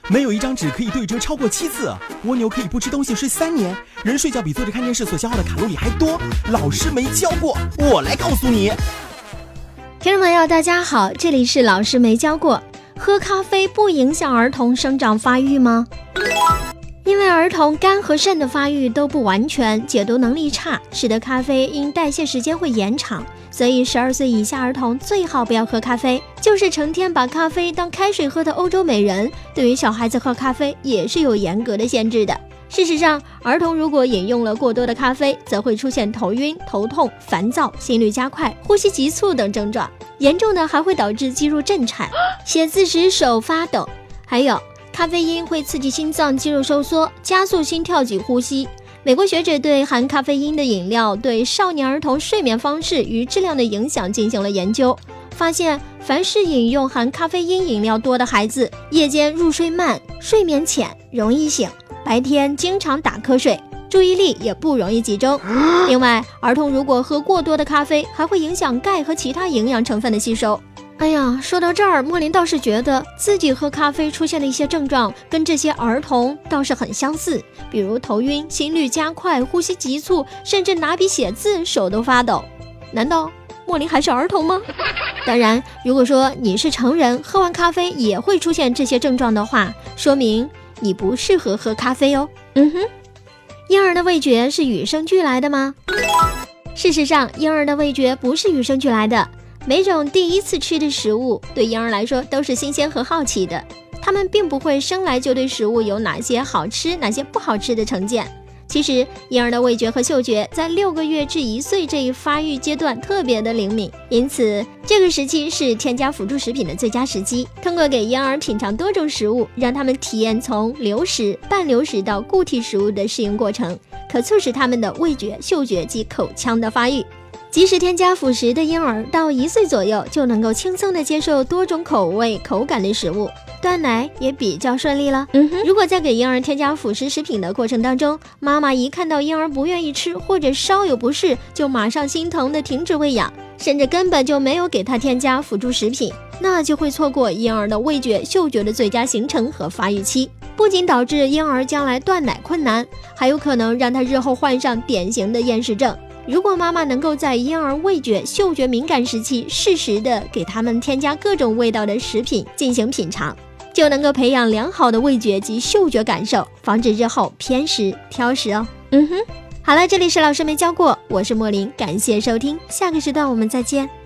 没有一张纸可以对折超过7次，蜗牛可以不吃东西睡3年，人睡觉比坐着看电视所消耗的卡路里还多。老师没教过，我来告诉你。 听众朋友大家好，这里是老师没教过。喝咖啡不影响儿童生长发育吗？因为儿童肝和肾的发育都不完全，解毒能力差，使得咖啡因代谢时间会延长，所以12岁以下儿童最好不要喝咖啡。就是成天把咖啡当开水喝的欧洲美人，对于小孩子喝咖啡也是有严格的限制的。事实上，儿童如果饮用了过多的咖啡，则会出现头晕、头痛、烦躁、心率加快、呼吸急促等症状，严重的还会导致肌肉震颤、写字时手发抖，还有咖啡因会刺激心脏肌肉收缩，加速心跳及呼吸。美国学者对含咖啡因的饮料对少年儿童睡眠方式与质量的影响进行了研究，发现凡是饮用含咖啡因饮料多的孩子，夜间入睡慢、睡眠浅、容易醒，白天经常打瞌睡，注意力也不容易集中。另外，儿童如果喝过多的咖啡，还会影响钙和其他营养成分的吸收。哎呀，说到这儿，莫林倒是觉得自己喝咖啡出现的一些症状跟这些儿童倒是很相似，比如头晕、心率加快、呼吸急促，甚至拿笔写字手都发抖。难道莫林还是儿童吗？当然，如果说你是成人，喝完咖啡也会出现这些症状的话，说明你不适合喝咖啡哦。婴儿的味觉是与生俱来的吗？事实上，婴儿的味觉不是与生俱来的。每种第一次吃的食物对婴儿来说都是新鲜和好奇的，他们并不会生来就对食物有哪些好吃哪些不好吃的成见。其实婴儿的味觉和嗅觉在6个月至1岁这一发育阶段特别的灵敏，因此这个时期是添加辅助食品的最佳时机。通过给婴儿品尝多种食物，让他们体验从流食、半流食到固体食物的适应过程，可促使他们的味觉、嗅觉及口腔的发育。即使添加辅食的婴儿到1岁左右就能够轻松地接受多种口味口感的食物，断奶也比较顺利了。如果在给婴儿添加辅食食品的过程当中，妈妈一看到婴儿不愿意吃或者稍有不适，就马上心疼地停止喂养，甚至根本就没有给他添加辅助食品，那就会错过婴儿的味觉、嗅觉的最佳形成和发育期，不仅导致婴儿将来断奶困难，还有可能让他日后患上典型的厌食症。如果妈妈能够在婴儿味觉、嗅觉敏感时期适时的给他们添加各种味道的食品进行品尝，就能够培养良好的味觉及嗅觉感受，防止日后偏食挑食哦。好了，这里是老师没教过，我是莫林，感谢收听，下个时段我们再见。